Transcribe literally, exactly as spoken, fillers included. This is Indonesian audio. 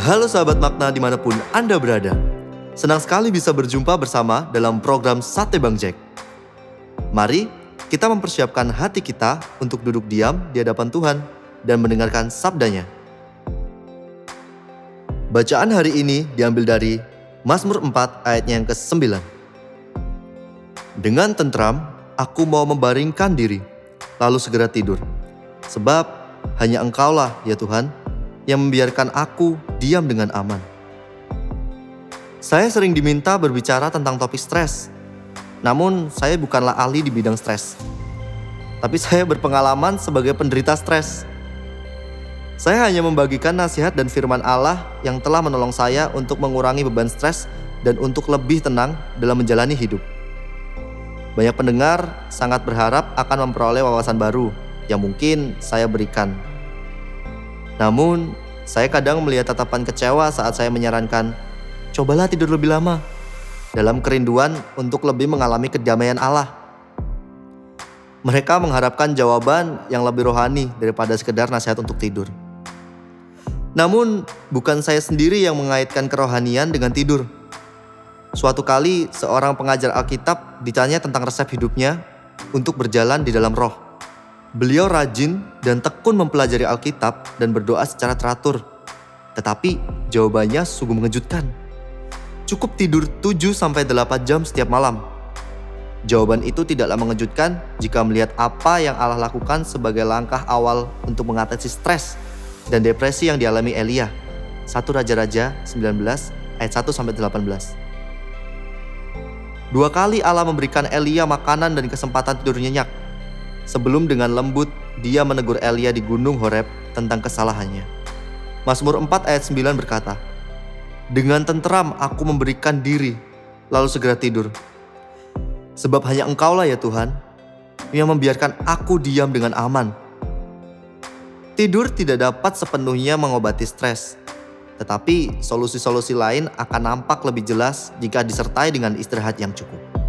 Halo sahabat makna dimanapun Anda berada. Senang sekali bisa berjumpa bersama dalam program Sate Bang Jack. Mari kita mempersiapkan hati kita untuk duduk diam di hadapan Tuhan dan mendengarkan sabdanya. Bacaan hari ini diambil dari Mazmur empat ayatnya yang kesembilan. Dengan tentram aku mau membaringkan diri, lalu segera tidur. Sebab hanya Engkaulah ya Tuhan yang membiarkan aku diam dengan aman. Saya sering diminta berbicara tentang topik stres. Namun saya bukanlah ahli di bidang stres. Tapi saya berpengalaman sebagai penderita stres. Saya hanya membagikan nasihat dan firman Allah yang telah menolong saya untuk mengurangi beban stres dan untuk lebih tenang dalam menjalani hidup. Banyak pendengar sangat berharap akan memperoleh wawasan baru yang mungkin saya berikan. Namun, saya kadang melihat tatapan kecewa saat saya menyarankan, cobalah tidur lebih lama, dalam kerinduan untuk lebih mengalami kedamaian Allah. Mereka mengharapkan jawaban yang lebih rohani daripada sekedar nasihat untuk tidur. Namun, bukan saya sendiri yang mengaitkan kerohanian dengan tidur. Suatu kali, seorang pengajar Alkitab ditanya tentang resep hidupnya untuk berjalan di dalam roh. Beliau rajin dan tekun mempelajari Alkitab dan berdoa secara teratur. Tetapi jawabannya sungguh mengejutkan. Cukup tidur tujuh sampai delapan jam setiap malam. Jawaban itu tidaklah mengejutkan jika melihat apa yang Allah lakukan sebagai langkah awal untuk mengatasi stres dan depresi yang dialami Elia. satu Raja-Raja sembilan belas ayat satu sampai delapan belas. Dua kali Allah memberikan Elia makanan dan kesempatan tidur nyenyak. Sebelum dengan lembut dia menegur Elia di gunung Horeb tentang kesalahannya. Mazmur empat ayat sembilan berkata, dengan tenteram aku memberikan diri, lalu segera tidur. Sebab hanya Engkaulah ya Tuhan, yang membiarkan aku diam dengan aman. Tidur tidak dapat sepenuhnya mengobati stres, tetapi solusi-solusi lain akan nampak lebih jelas jika disertai dengan istirahat yang cukup.